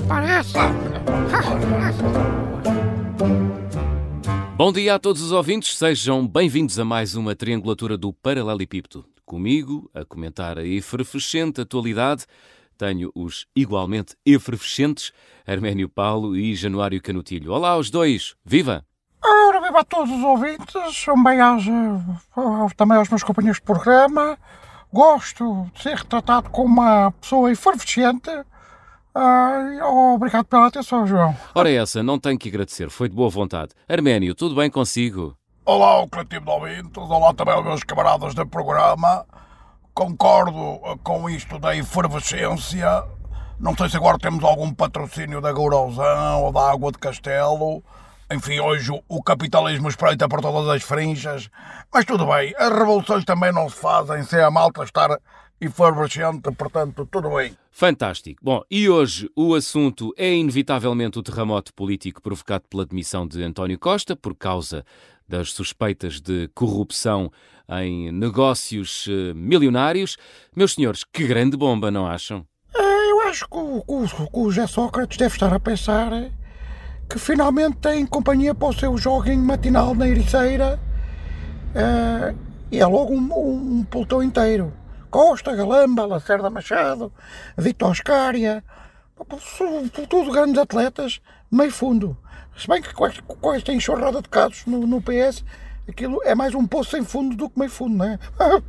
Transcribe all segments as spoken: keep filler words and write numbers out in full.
parece. Bom dia a todos os ouvintes, sejam bem-vindos a mais uma triangulatura do Paralelepípedo. Comigo, a comentar a efervescente atualidade, tenho os igualmente efervescentes Arménio Paulo e Januário Canutilho. Olá aos dois, viva! Ora, viva a todos os ouvintes, um bem-aja também aos meus companheiros de programa. Gosto de ser retratado como uma pessoa efervescente. Uh, obrigado pela atenção, João. Ora essa, não tenho que agradecer, foi de boa vontade. Arménio, tudo bem consigo? Olá ao coletivo de ouvintes, olá também aos meus camaradas do programa. Concordo com isto da efervescência. Não sei se agora temos algum patrocínio da Gourosão ou da Água de Castelo. Enfim, hoje o capitalismo espreita por todas as frinchas. Mas tudo bem, as revoluções também não se fazem sem a malta estar efervescente, portanto, tudo bem. Fantástico. Bom, e hoje o assunto é inevitavelmente o terremoto político provocado pela demissão de António Costa por causa das suspeitas de corrupção em negócios uh, milionários. Meus senhores, que grande bomba, não acham? Eu acho que o, que o, que o José Sócrates deve estar a pensar que finalmente tem companhia para o seu joguinho matinal na Ericeira uh, e é logo um, um, um pelotão inteiro. Costa, Galamba, Lacerda Machado, Victor Oscaria, tudo grandes atletas, meio fundo. Se bem que com esta enxurrada de casos no, no P S, aquilo é mais um poço sem fundo do que meio fundo, não é?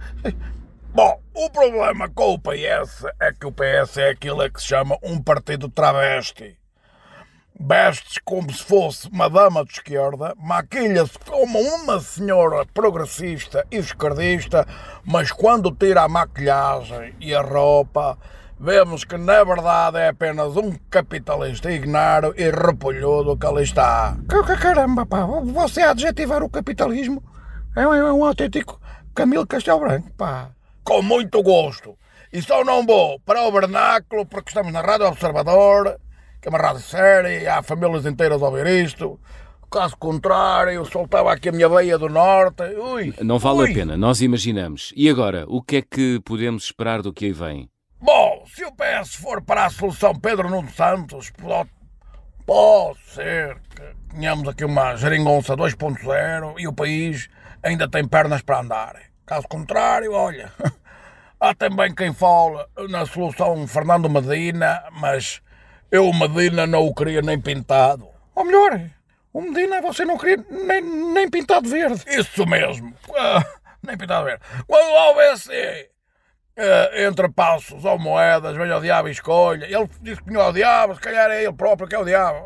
Bom, o problema com o P S é que o P S é aquilo que se chama um partido travesti. Veste-se como se fosse uma dama de esquerda, maquilha-se como uma senhora progressista e esquerdista, mas quando tira a maquilhagem e a roupa, vemos que na verdade é apenas um capitalista ignaro e repolhudo que ali está. Caramba, pá, você a adjetivar o capitalismo é um, é um autêntico Camilo Castelo Branco, pá. Com muito gosto. E só não vou para o vernáculo porque estamos na Rádio Observador, que é uma rádio séria, e há famílias inteiras a ouvir isto. Caso contrário, eu soltava aqui a minha veia do norte. Ui, não vale ui. a pena, nós imaginamos. E agora, o que é que podemos esperar do que aí vem? Bom, se o P S for para a solução Pedro Nuno Santos, pode, pode ser que tenhamos aqui uma geringonça dois ponto zero e o país ainda tem pernas para andar. Caso contrário, olha, há também quem fala na solução Fernando Medina, mas eu o Medina não o queria nem pintado. Ou melhor, o Medina você não queria nem, nem pintado verde. Isso mesmo, uh, nem pintado verde. Quando houvesse uh, entre passos ou moedas, venha o diabo e escolha. Ele disse que vinha o diabo, se calhar é ele próprio que é o diabo.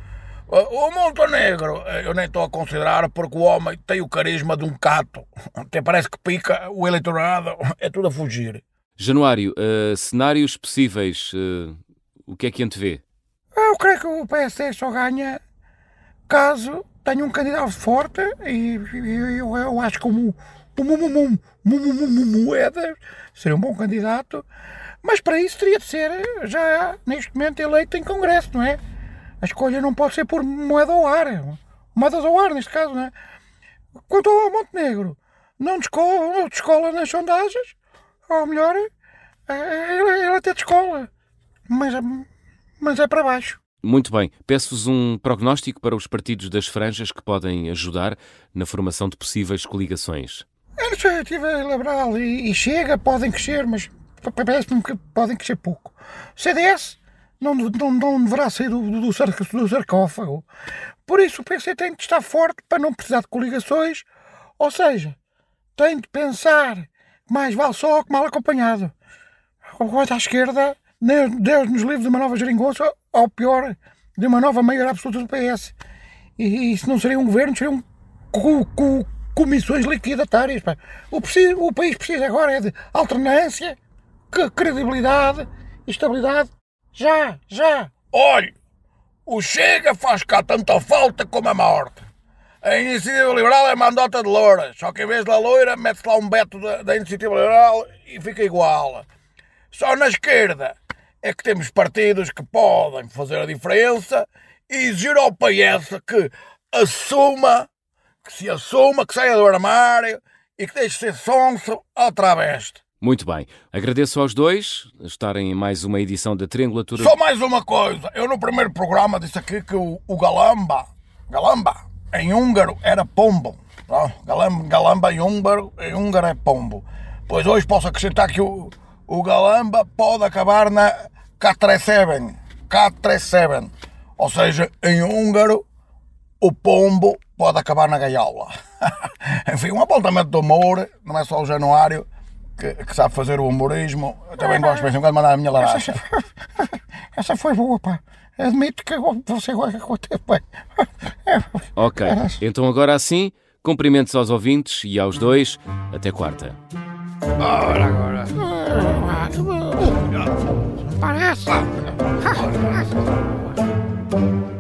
O Montenegro eu nem estou a considerar porque o homem tem o carisma de um cato. Até parece que pica o eleitorado, é tudo a fugir. Januário, uh, cenários possíveis, uh, o que é que antevê? Eu creio que o P S D só ganha caso tenha um candidato forte e eu, eu acho que o Moedas seria um bom candidato, mas para isso teria de ser já neste momento eleito em Congresso, não é? A escolha não pode ser por moeda ao ar, moedas ao ar neste caso, não é? Quanto ao Montenegro, não descola, não descola nas sondagens, ou melhor, ele, ele até descola, mas, mas é para baixo. Muito bem, peço-vos um prognóstico para os partidos das franjas que podem ajudar na formação de possíveis coligações. A Iniciativa Liberal e, e Chega podem crescer, mas parece-me que podem crescer pouco. C D S Não, não, não deverá sair do, do, do sarcófago. Por isso o P C tem de estar forte para não precisar de coligações, ou seja, tem de pensar que mais vale só que mal acompanhado. Quanto à esquerda, Deus nos livre de uma nova geringonça, ou pior, de uma nova maioria absoluta do P S. E, e se não seria um governo, seriam co, co, comissões liquidatárias. Pá. O, preciso, o país precisa agora é de alternância, credibilidade e estabilidade. Já, já. Olha, o Chega faz cá tanta falta como a morte. A Iniciativa Liberal é mandota de loura, só que em vez da loira mete-se lá um beto da, da Iniciativa Liberal e fica igual. Só na esquerda é que temos partidos que podem fazer a diferença e exigir ao P S que assuma, que se assuma, que saia do armário e que deixe de ser sonso ou travesti. Muito bem. Agradeço aos dois estarem em mais uma edição da Triangulatura. Só mais uma coisa. Eu no primeiro programa disse aqui que o, o galamba, galamba, em húngaro era pombo. Não? Galamba, galamba em húngaro, em húngaro é pombo. Pois hoje posso acrescentar que o, o galamba pode acabar na K trinta e sete. K trinta e sete. Ou seja, em húngaro, o pombo pode acabar na gaiola. Enfim, um apontamento de humor, não é só o Januário que, que sabe fazer o humorismo. Eu também gosto de mandar a minha laracha. Essa, essa foi boa, pá. Admito que você gosta de bem. Ok, então agora assim, cumprimentos aos ouvintes e aos dois. Até quarta. Ora, agora. Parece.